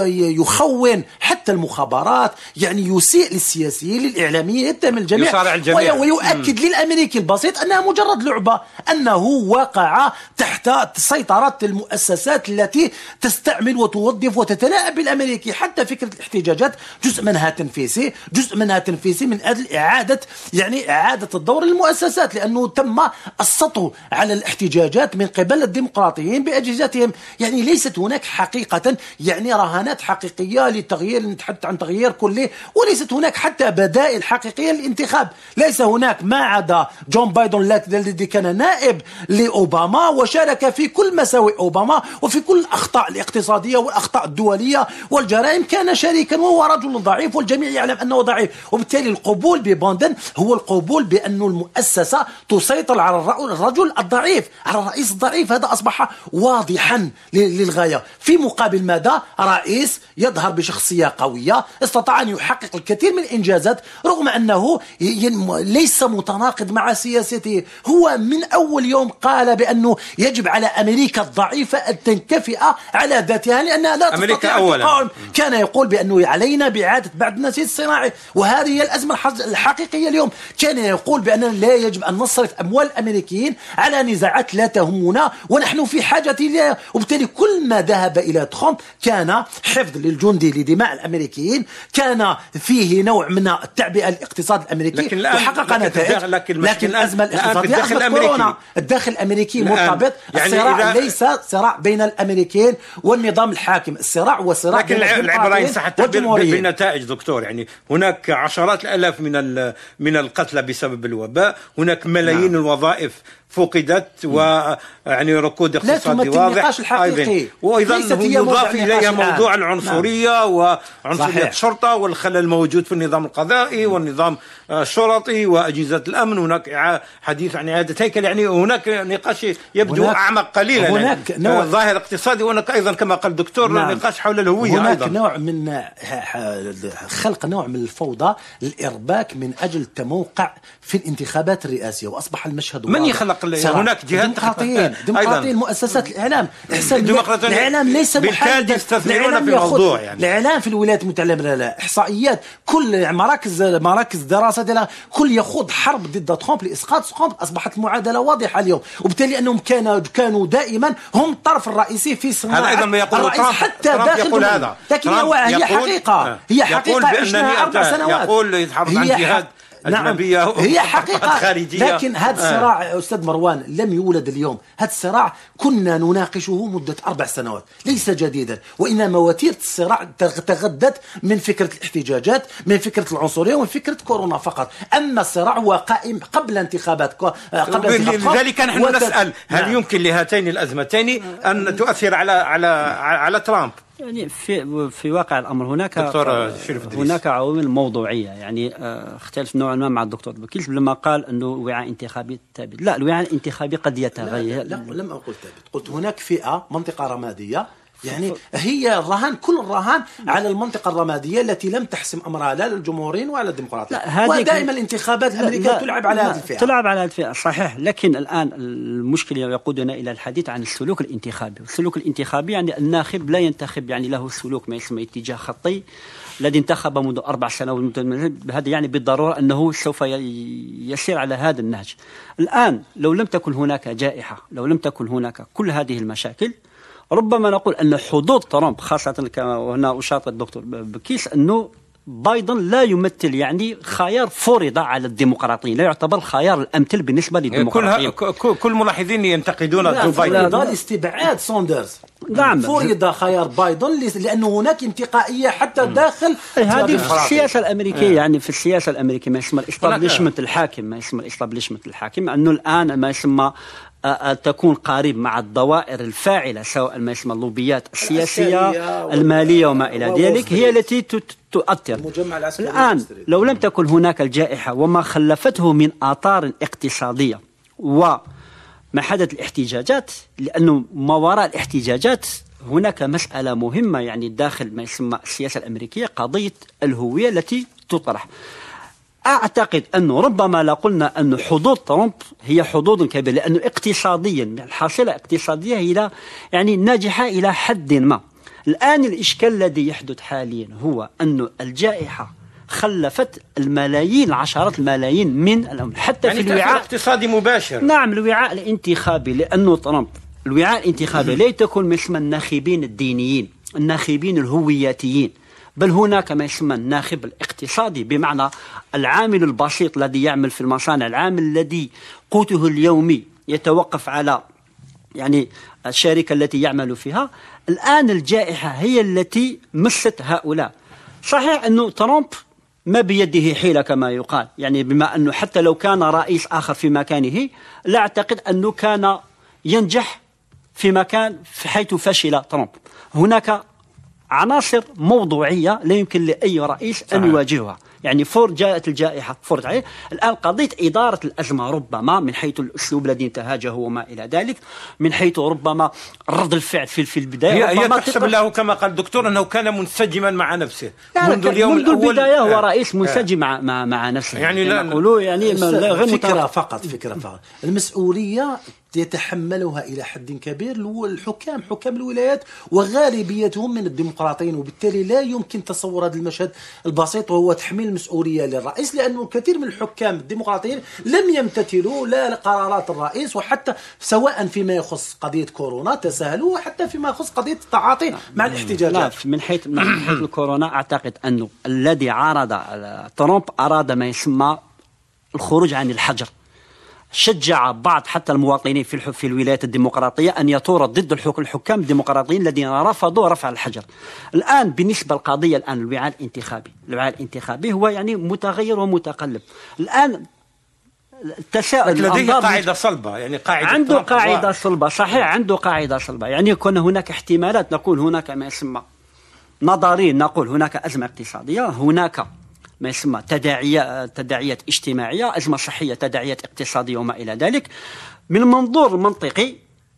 يخون حتى المخابرات، يعني يسيء للسياسيين للإعلاميين، يتهم الجميع, الجميع. ويؤكد مم. للأمريكي البسيط أنها مجرد لعبة، أنه وقع تحت سيطرة المؤسسات التي تستعمل وتوظف وتتلاعب بالأمريكي. حتى فكرة الاحتجاجات جزء منها تنفيسي، جزء منها تنفيسي من أجل إعادة يعني إعادة الدور للمؤسسات، لأنه تم السطو على الاحتجاجات من قبل الديمقراطيين بأجهزتهم. يعني ليست هناك حقيقة يعني رهانات حقيقية لتغيير، نتحدث عن تغيير كلي، وليست هناك حتى بدائل حقيقية للانتخاب. ليس هناك ما عدا جون بايدن الذي كان نائب لأوباما وشارك في كل مساوئ أوباما وفي كل الأخطاء الاقتصادية والأخطاء الدولية والجرائم، كان شريكا وهو رجل ضعيف والجميع يعلم أنه ضعيف. وبالتالي القبول ببايدن هو القبول بأن المؤسسة تسيطر على الرجل الضعيف، على الرئيس الضعيف. هذا أصبح واضحا للغاية. في مقابل ماذا؟ رئيس يظهر بشخصية قوية، استطاع أن يحقق الكثير من الإنجازات رغم أنه ليس متناقض مع سياسته. هو من أول يوم قال بأنه يجب على أمريكا الضعيفة أن تنكفئ على ذاتها لأنها لا تستطيع أن تقاوم. كان يقول بأنه علينا بإعادة بعد النسيج الصناعي، وهذه هي الأزمة الحقيقية اليوم. كان يقول بأننا لا يجب أن نصرف أموال الأمريكيين على نزاعات لا تهمنا ونحن في حاجة إليها. وبالتالي كل ما ذهب إلى ترامب كان حفظ للجندي لدماء الأمريكيين، كان فيه نوع من التعبئة الاقتصاد الأمريكي وحقق نتائج. لكن, لكن الأزمة الاقتصادية أزمة كورونا. الداخل الأمريكي مرتبط. يعني الصراع ليس صراع بين الأمريكيين والنظام الحاكم، الصراع هو صراع بين الديمقراطيين والجمهوريين. بالنتائج دكتور، يعني هناك عشرات الآلاف من من القتلى بسبب الوباء، هناك ملايين نعم. الوظائف فقدت، ويعني ركود اقتصادي واضح أيضا. وأيضا يضاف إليها موضوع العنصرية نعم. وعنصرية الشرطة والخلل الموجود في النظام القضائي والنظام الشرطي وأجهزة الأمن. هناك حديث عن إعادة هيكل، يعني هناك نقاش يبدو أعمق قليلا. هناك يعني نوع ظاهر اقتصادي، وهناك أيضا كما قال الدكتور نعم. نقاش حول الهوية. هناك أيضا نوع من خلق نوع من الفوضى للإرباك من أجل التموقع في الانتخابات الرئاسية، وأصبح المشهد من يخلق هناك جهات ديمقراطيين ديمقراطيين مؤسسات الإعلام. الإعلام ليس محايدا في الموضوع. يعني الإعلام في الولايات المتحدة لا إحصائيات كل مراكز مراكز دراسة ديالها كل يخوض حرب ضد ترامب لإسقاط ترامب. أصبحت المعادلة واضحة اليوم، وبالتالي أنهم كانوا كانوا دائما هم الطرف الرئيسي في صناعة هذا أيضا ما يقول الرئيس ترامب. حتى ترامب داخل يقول هذا. لكن هو هي حقيقة هي حقيقة عشنا أربع سنوات. يقول يتحرض عن جهاد نعم هي حقيقة. لكن هذا الصراع آه. أستاذ مروان لم يولد اليوم، هذا الصراع كنا نناقشه مدة أربع سنوات، ليس جديدا، وإنما وتيرة الصراع تغذت من فكرة الاحتجاجات، من فكرة العنصرية ومن فكرة كورونا فقط. أما الصراع هو قائم قبل انتخابات قبل لذلك نحن وت... نسأل هل نعم. يمكن لهاتين الأزمتين أن تؤثر على على على ترامب؟ يعني في في واقع الامر هناك هناك عوامل موضوعيه. يعني اختلف نوعا ما مع الدكتور بكيل لما قال انه وعاء انتخابي ثابت. لا، الوعاء الانتخابي قد يتغير. لا, لا, لا لم اقل ثابت، قلت هناك فئه منطقه رماديه، يعني هي الرهان كل الرهان على المنطقة الرمادية التي لم تحسم أمرها لا للجمهوريين ولا الديمقراطيين. ودائما الانتخابات الأمريكية تلعب على هذه الفئة تلعب على هذه الفئة صحيح. لكن الآن المشكلة يقودنا إلى الحديث عن السلوك الانتخابي. السلوك الانتخابي يعني الناخب لا ينتخب يعني له سلوك ما يسمى اتجاه خطي الذي انتخب منذ أربع سنوات. هذا يعني بالضرورة أنه سوف يسير على هذا النهج. الآن لو لم تكن هناك جائحة، لو لم تكن هناك كل هذه المشاكل، ربما نقول أن حظوظ ترامب خاصة كما وهنا أشاطر الدكتور بكيس أنه بايدن لا يمثل يعني خيار فرض على الديمقراطيين، لا يعتبر الخيار الأمثل بالنسبة للديمقراطيين. كل كل ملاحظين ينتقدون جو بايدن استبعاد ساندرز. نعم فرض خيار بايدن لأنه هناك انتقائية حتى داخل هذه في السياسة الأمريكية. يعني في السياسة الأمريكية ما يسمى الإستابليشمنت الحاكم، ما يسمى الإستابليشمنت الحاكم أنه الآن ما يسمى تكون قريب مع الضوائر الفاعلة سواء ما يسمى اللوبيات السياسية المالية وما إلى ذلك هي التي تؤثر. الآن لو لم تكن هناك الجائحة وما خلفته من آثار اقتصادية وما حدث الاحتجاجات، لأنه ما وراء الاحتجاجات هناك مسألة مهمة يعني داخل ما يسمى السياسة الأمريكية، قضية الهوية التي تطرح. أعتقد أنه ربما لا قلنا أن حظوظ ترامب هي حظوظ كبيرة، لأنه اقتصاديا الحاصلة اقتصادية هي يعني ناجحة إلى حد ما. الآن الإشكال الذي يحدث حاليا هو أن الجائحة خلفت الملايين عشرات الملايين من الأموال حتى يعني في الوعاء اقتصادي مباشر. نعم، الوعاء الانتخابي، لأنه ترامب الوعاء الانتخابي لا تكون مثل الناخبين الدينيين، الناخبين الهوياتيين، بل هناك ما يسمى الناخب الاقتصادي، بمعنى العامل البسيط الذي يعمل في المصانع، العامل الذي قوته اليومي يتوقف على يعني الشركة التي يعمل فيها. الآن الجائحة هي التي مست هؤلاء. صحيح أنه ترامب ما بيده حيلة كما يقال، يعني بما أنه حتى لو كان رئيس آخر في مكانه لا أعتقد أنه كان ينجح في مكان في حيث فشل ترامب. هناك عناصر موضوعية لا يمكن لأي رئيس أن يواجهها. يعني فور جاءت الجائحة فرض عليه. الآن قضية إدارة الأزمة ربما من حيث الأسلوب الذي انتهجه وما إلى ذلك، من حيث ربما رد الفعل في في البداية، هي, هي تحسب له كما قال الدكتور أنه كان منسجما مع نفسه منذ اليوم منذ الأول. البداية هو رئيس منسجم مع مع, مع نفسه، يعني لا نقولوا يعني غير فكرة فقط فكرة فقط المسؤولية يتحملها إلى حد كبير الحكام حكام الولايات وغالبيتهم من الديمقراطيين، وبالتالي لا يمكن تصور هذا المشهد البسيط وهو تحميل المسؤولية للرئيس، لأنه الكثير من الحكام الديمقراطيين لم يمتثلوا لا لقرارات الرئيس، وحتى سواء فيما يخص قضية كورونا تساهلوا، وحتى فيما يخص قضية التعاطي مع الاحتجاجات. من حيث من حيث الكورونا أعتقد أنه الذي عارض ترامب أراد ما يسمى الخروج عن الحجر. شجع بعض حتى المواطنين في في الولايات الديمقراطية أن يثوروا ضد الحكام الديمقراطيين الذين رفضوا رفع الحجر. الآن بالنسبة للقضية الآن الوعاء الانتخابي، الوعاء الانتخابي هو يعني متغير ومتقلب. الآن التساؤل لديه قاعدة صلبة، يعني قاعدة عنده قاعدة صلبة، صحيح عنده قاعدة صلبة، يعني يكون هناك احتمالات، نقول هناك ما يسمى نظريا، نقول هناك أزمة اقتصادية، هناك ما يسمى تداعيات تداعيات اجتماعية، أزمة صحية، تداعيات اقتصادية وما إلى ذلك. من المنظور المنطقي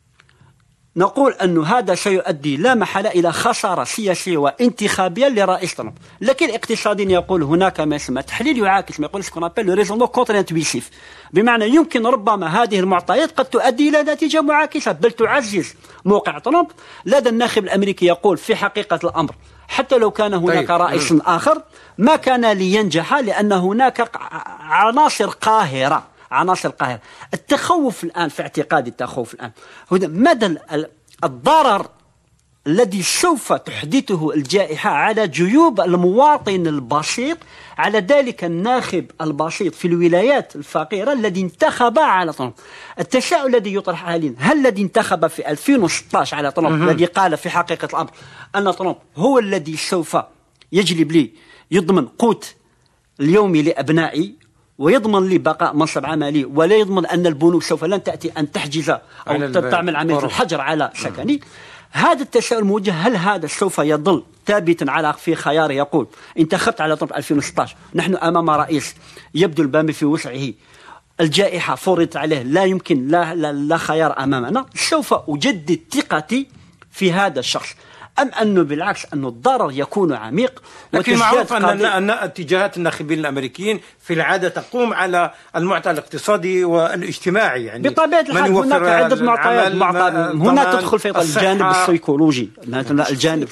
نقول أن هذا سيؤدي لا محالة إلى خسارة سياسية وانتخابية لرئيس ترامب. لكن اقتصاديا يقول هناك ما يسمى تحليل يعاكس ما يقول سكون أبل ريزونمون كونتر انتويسيف، بمعنى يمكن ربما هذه المعطيات قد تؤدي إلى نتيجة معاكسة بل تعزز موقع ترامب. لدى الناخب الأمريكي يقول في حقيقة الأمر حتى لو كان هناك طيب. رئيس آخر ما كان لينجح، لأن هناك عناصر قاهرة عناصر قاهرة. التخوف الآن في اعتقادي التخوف الآن هو مدى الضرر الذي سوف تحدثه الجائحة على جيوب المواطن البسيط، على ذلك الناخب البسيط في الولايات الفقيرة الذي انتخب على ترامب. التساؤل الذي يطرح حاليا، هل الذي انتخب في ألفين وستة عشر على ترامب الذي قال في حقيقة الأمر أن ترامب هو الذي سوف يجلب لي يضمن قوت اليومي لأبنائي ويضمن لي بقاء منصب عملي، ولا يضمن أن البنوك سوف لن تأتي أن تحجز أو تعمل عملية الحجر على سكني؟ هذا التساؤل موجه، هل هذا سوف يظل ثابتا على في خيار يقول انتخبت على ترامب ألفين وستة عشر، نحن أمام رئيس يبدو الباب في وسعه، الجائحة فرضت عليه، لا يمكن لا, لا, لا خيار أمامنا، سوف أجدد ثقتي في هذا الشخص، أم أنه بالعكس أنه الضرر يكون عميق؟ لكن معروف أن, أن اتجاهات الناخبين الأمريكيين في العادة تقوم على المعطى الاقتصادي والاجتماعي، يعني بطبيعة الحال هناك عدة معطيات، هنا تدخل في الجانب السيكولوجي، الجانب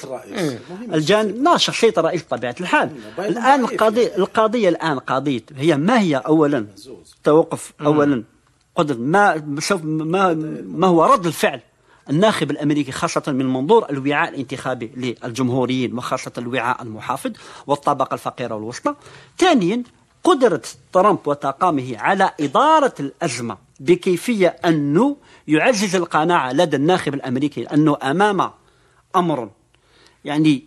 الجانب لا شخصية الرئيس بطبيعة الحال. الآن القضية القضية الآن قضية هي ما هي أولا توقف، أولا قدر ما ما ما هو رد الفعل الناخب الأمريكي خاصة من منظور الوعاء الانتخابي للجمهوريين وخاصة الوعاء المحافظ والطبقة الفقيرة والوسطى. ثانيا قدرة ترامب وطاقمه على إدارة الأزمة بكيفية أنه يعزز القناعة لدى الناخب الأمريكي أنه أمام أمر يعني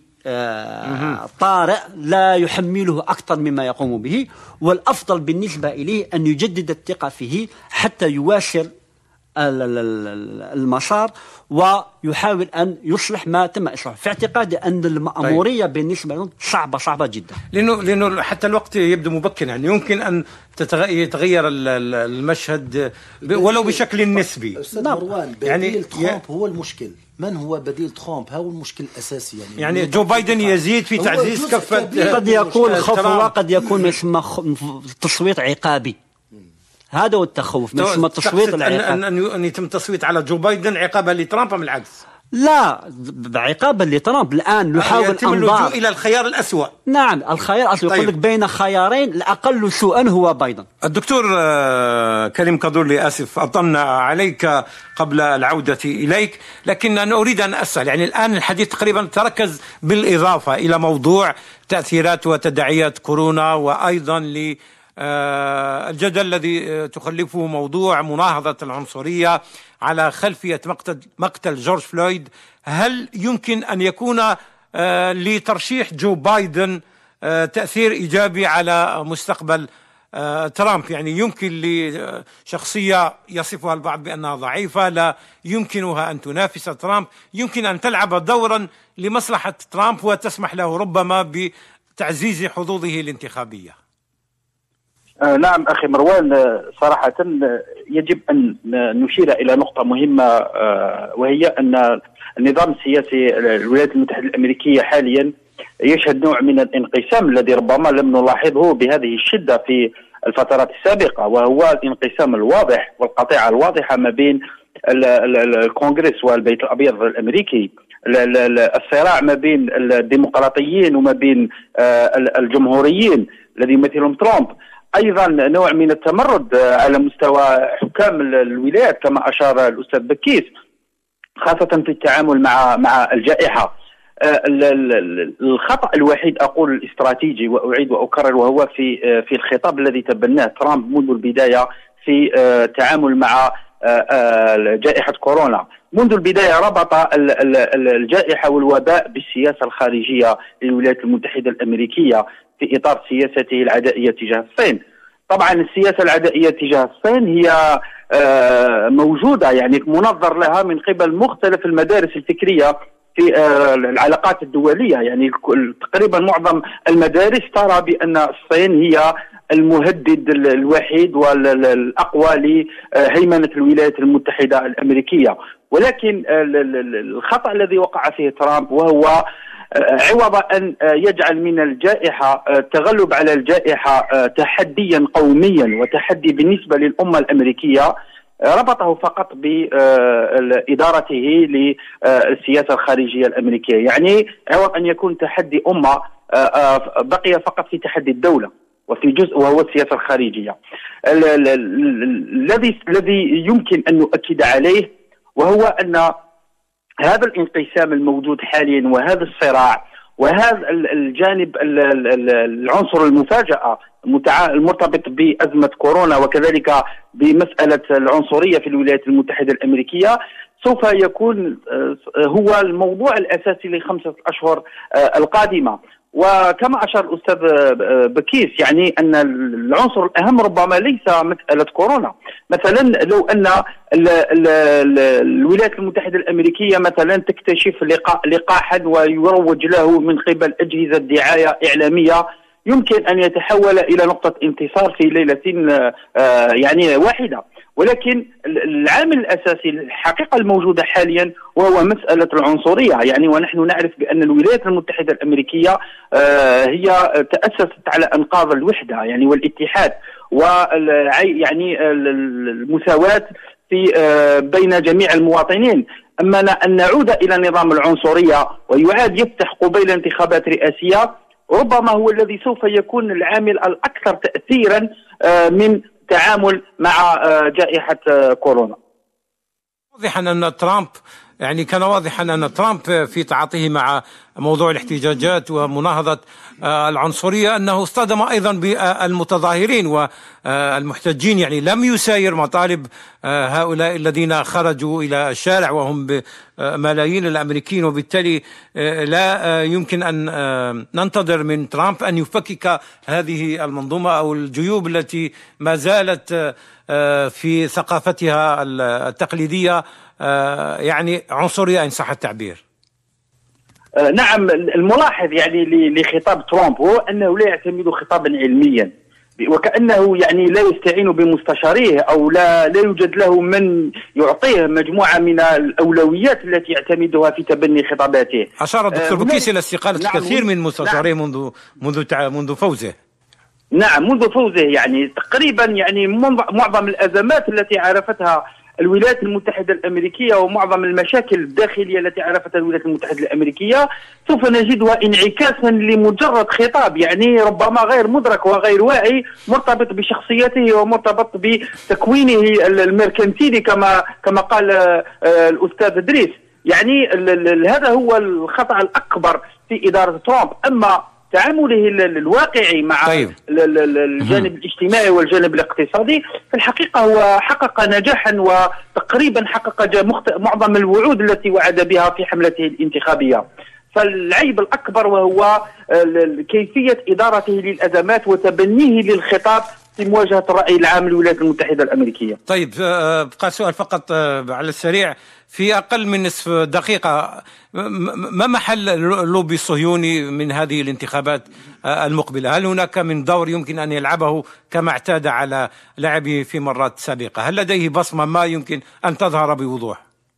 آه طارئ لا يحمله أكثر مما يقوم به، والأفضل بالنسبة إليه أن يجدد الثقة فيه حتى يواصل المسار ويحاول أن يصلح ما تم إصلاحه. في اعتقادي أن المأمورية طيب. بالنسبة لهم صعبة صعبة جدا، لأنه لأنه حتى الوقت يبدو مبكر، يعني يمكن أن يتغير المشهد ولو بشكل نسبي. أستاذ مروان، بديل يعني ترامب هو المشكل. من هو بديل ترامب؟ هو المشكل الأساسي. يعني, يعني جو بايدن يزيد في تعزيز كفة، قد يكون خوف الله، قد يكون ما يسمى تصويت عقابي. هذا هو التخوف، ما يسمى التصويت العقابي، أن, أن يتم تصويت على جو بايدن عقابا لترامب أم العكس؟ لا، عقابا لترامب. الآن نحاول يتم اللجوء إلى الخيار الأسوأ. نعم، الخيار الأسوأ. طيب. يقول لك بين خيارين الأقل سوءا هو بايدن. الدكتور كريم كادورلي، آسف أطلنا عليك قبل العودة إليك، لكن أنا أريد أن أسأل، يعني الآن الحديث تقريبا تركز بالإضافة إلى موضوع تأثيرات وتداعيات كورونا، وأيضا ل الجدل الذي تخلفه موضوع مناهضة العنصرية على خلفية مقتل, مقتل جورج فلويد. هل يمكن أن يكون لترشيح جو بايدن تأثير إيجابي على مستقبل ترامب؟ يعني يمكن لشخصية يصفها البعض بأنها ضعيفة لا يمكنها أن تنافس ترامب، يمكن أن تلعب دورا لمصلحة ترامب وتسمح له ربما بتعزيز حظوظه الانتخابية. آه نعم أخي مروان، آه صراحة آه يجب أن نشير إلى نقطة مهمة، آه وهي أن النظام السياسي الولايات المتحدة الأمريكية حاليا يشهد نوع من الانقسام الذي ربما لم نلاحظه بهذه الشدة في الفترات السابقة، وهو الانقسام الواضح والقطيعة الواضحة ما بين الكونغرس والبيت الأبيض الأمريكي، الصراع ما بين الديمقراطيين وما بين آه الجمهوريين الذي يمثلهم ترامب، أيضا نوع من التمرد على مستوى حكام الولايات كما أشار الأستاذ بكيس، خاصة في التعامل مع مع الجائحة. الخطأ الوحيد أقول الاستراتيجي، وأعيد وأكرر، وهو في في الخطاب الذي تبناه ترامب منذ البداية في التعامل مع جائحة كورونا. منذ البداية ربط الجائحة والوباء بالسياسة الخارجية للولايات المتحدة الأمريكية في إطار سياسته العدائية تجاه الصين. طبعا السياسة العدائية تجاه الصين هي موجودة، يعني منظر لها من قبل مختلف المدارس الفكرية في العلاقات الدولية. يعني تقريبا معظم المدارس ترى بأن الصين هي المهدد الوحيد والأقوى لهيمنة الولايات المتحدة الأمريكية. ولكن الخطأ الذي وقع فيه ترامب، وهو عوض أن يجعل من الجائحة التغلب على الجائحة تحديا قوميا وتحدي بالنسبة للأمة الأمريكية، ربطه فقط بإدارته للسياسة الخارجية الأمريكية. يعني عوض أن يكون تحدي أمة، بقي فقط في تحدي الدولة وفي جزء وهو السياسة الخارجية. الذي الذي يمكن أن نؤكد عليه وهو أن هذا الانقسام الموجود حاليا وهذا الصراع وهذا الجانب العنصر المفاجأة المرتبط بأزمة كورونا وكذلك بمسألة العنصرية في الولايات المتحدة الأمريكية سوف يكون هو الموضوع الأساسي لخمسة أشهر القادمة. وكما أشار الأستاذ بكيس، يعني أن العنصر الأهم ربما ليس مسألة كورونا. مثلا لو أن ال ال ال الولايات المتحدة الأمريكية مثلا تكتشف لقاحا ويروج له من قبل أجهزة دعاية إعلامية، يمكن أن يتحول إلى نقطة انتصار في ليلة يعني واحدة. ولكن العامل الأساسي الحقيقة الموجودة حاليا وهو مسألة العنصرية. يعني ونحن نعرف بأن الولايات المتحدة الأمريكية هي تأسست على أنقاض الوحدة يعني والاتحاد ويعني المساواة في بين جميع المواطنين. أما أن نعود إلى نظام العنصرية ويعاد يفتح قبيل انتخابات رئاسية ربما هو الذي سوف يكون العامل الأكثر تأثيرا من تعامل مع جائحة كورونا. واضحا أن ترامب يعني كان واضحا أن ترامب في تعاطيه مع موضوع الاحتجاجات ومناهضة العنصرية أنه اصطدم أيضا بالمتظاهرين والمحتجين، يعني لم يساير مطالب هؤلاء الذين خرجوا إلى الشارع وهم بملايين الأمريكيين، وبالتالي لا يمكن أن ننتظر من ترامب أن يفكك هذه المنظومة أو الجيوب التي ما زالت في ثقافتها التقليدية يعني عنصرية إن صح التعبير. نعم، الملاحظ يعني لخطاب ترامب هو أنه لا يعتمد خطابا علميا، وكأنه يعني لا يستعين بمستشاريه أو لا لا يوجد له من يعطيه مجموعة من الأولويات التي يعتمدها في تبني خطاباته. أشار الدكتور بكيس إلى استقالة نعم الكثير من مستشاريه نعم منذ منذ منذ فوزه. نعم منذ فوزه، يعني تقريبا يعني معظم الأزمات التي عرفتها الولايات المتحدة الأمريكية ومعظم المشاكل الداخلية التي عرفتها الولايات المتحدة الأمريكية سوف نجدها انعكاسا لمجرد خطاب يعني ربما غير مدرك وغير واعي، مرتبط بشخصيته ومرتبط بتكوينه الميركنتيلي كما كما قال الأستاذ إدريس. يعني هذا هو الخطأ الأكبر في إدارة ترامب. أما تعامله الواقعي مع طيب. الجانب الاجتماعي والجانب الاقتصادي في الحقيقة هو حقق نجاحا وتقريبا حقق معظم الوعود التي وعد بها في حملته الانتخابية. فالعيب الأكبر وهو كيفية إدارته للأزمات وتبنيه للخطاب في مواجهة الرأي العام للولايات المتحدة الأمريكية. طيب بقى سؤال فقط على السريع في أقل من نصف دقيقة، ما محل اللوبي الصهيوني من هذه الانتخابات المقبلة؟ هل هناك من دور يمكن أن يلعبه كما اعتاد على لعبه في مرات سابقة؟ هل لديه بصمة ما يمكن أن تظهر بوضوح؟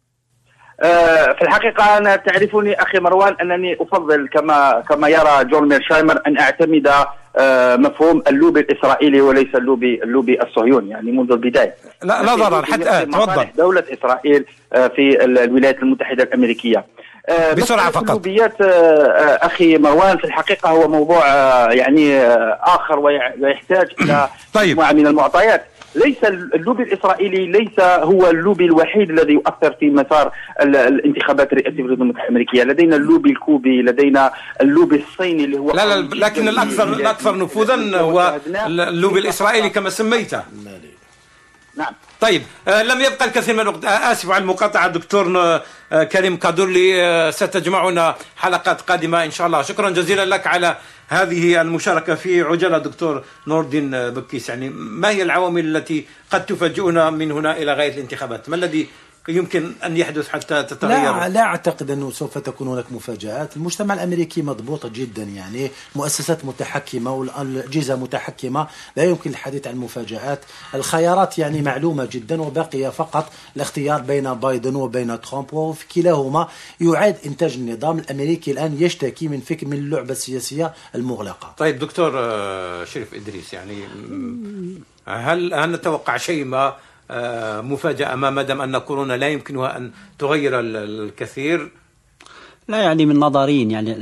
في الحقيقة أنا تعرفني أخي مروان أنني أفضل كما كما يرى جون ميرشايمر أن أعتمد مفهوم اللوبي الإسرائيلي وليس اللوبي اللوبي الصهيوني يعني منذ البداية. لا لا ضرر حتى تفضل. دولة إسرائيل في الولايات المتحدة الأمريكية. بسرعة فقط. اللوبيات أخي مروان في الحقيقة هو موضوع يعني آخر ويحتاج إلى مجموعة من المعطيات. ليس اللوبي الإسرائيلي ليس هو اللوبي الوحيد الذي يؤثر في مسار الانتخابات الرئاسية في الولايات المتحدة الأمريكية. لدينا اللوبي الكوبي، لدينا اللوبي الصيني اللي هو لا لا لكن الأكثر الأكثر نفوذا هو اللوبي الإسرائيلي كما سميته. نعم. طيب آه لم يبقى الكثير من الوقت. آه آسف على المقاطعة دكتور آه كريم كادورلي. آه ستجمعنا حلقات قادمة إن شاء الله. شكرا جزيلا لك على هذه المشاركة في عجلة دكتور نور الدين بكيس. يعني ما هي العوامل التي قد تفاجئنا من هنا إلى غاية الانتخابات؟ ما الذي يمكن أن يحدث حتى تتغير؟ لا, لا أعتقد أنه سوف تكون هناك مفاجآت. المجتمع الأمريكي مضبوط جدا، يعني مؤسسات متحكمة والأجهزة متحكمة، لا يمكن الحديث عن مفاجآت. الخيارات يعني معلومة جدا، وبقي فقط الاختيار بين بايدن وبين ترامب، وفي كلاهما يعاد إنتاج النظام الأمريكي الآن يشتكي من فكر من اللعبة السياسية المغلقة. طيب دكتور شريف إدريس، يعني هل هل نتوقع شيء ما مفاجأة ما دام أن كورونا لا يمكنها أن تغير الكثير؟ لا، يعني من نظرين، يعني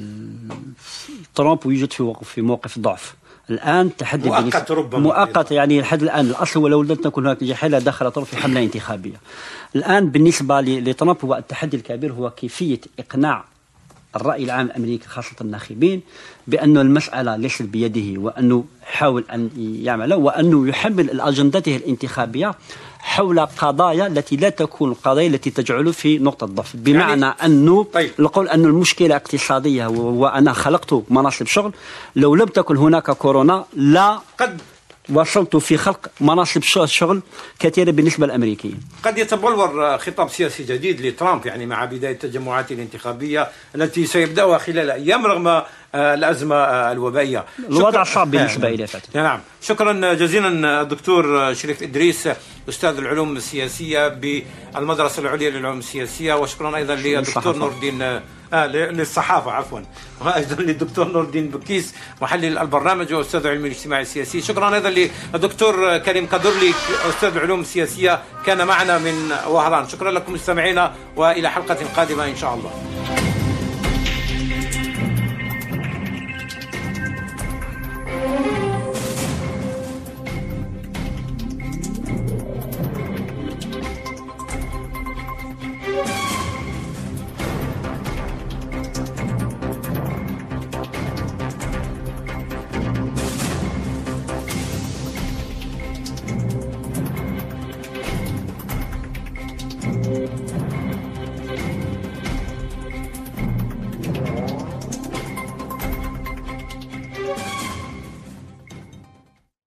ترامب يوجد في في موقف ضعف الآن، تحدي مؤقت ربما مؤقت يعني لحد الآن. الأصل ولو لم تكن هناك جحيلة دخل ترامب في حملة انتخابية. الآن بالنسبة لترامب هو التحدي الكبير هو كيفية إقناع الرأي العام الأمريكي خاصة الناخبين بأن المسألة ليست بيده، وأنه يحاول أن يعمل وأنه يحمل الأجندته الانتخابية حول قضايا التي لا تكون القضايا التي تجعله في نقطة ضعف. بمعنى يعني أنه طيب. نقول أن المشكلة اقتصادية وأنا خلقت مناصب شغل، لو لم تكن هناك كورونا لا قد وصلت في خلق مناصب شغل كثيرة بالنسبة للأمريكيين. قد يتبلور خطاب سياسي جديد لترامب يعني مع بداية التجمعات الانتخابية التي سيبدأها خلال أيام رغم الأزمة الوبائية. الوضع صعب بالنسبة إلى فترة. نعم، شكرا جزيلا الدكتور شريف إدريس أستاذ العلوم السياسية بالمدرسة العليا للعلوم السياسية، وشكرا أيضا للدكتور نور الدين آه للصحافة عفوا وأيضا للدكتور نور الدين بكيس محلل البرنامج وأستاذ علم الاجتماع السياسي. شكرا أيضا للدكتور كريم كادورلي أستاذ العلوم السياسية كان معنا من وهران. شكرا لكم مستمعينا، وإلى حلقة قادمة إن شاء الله.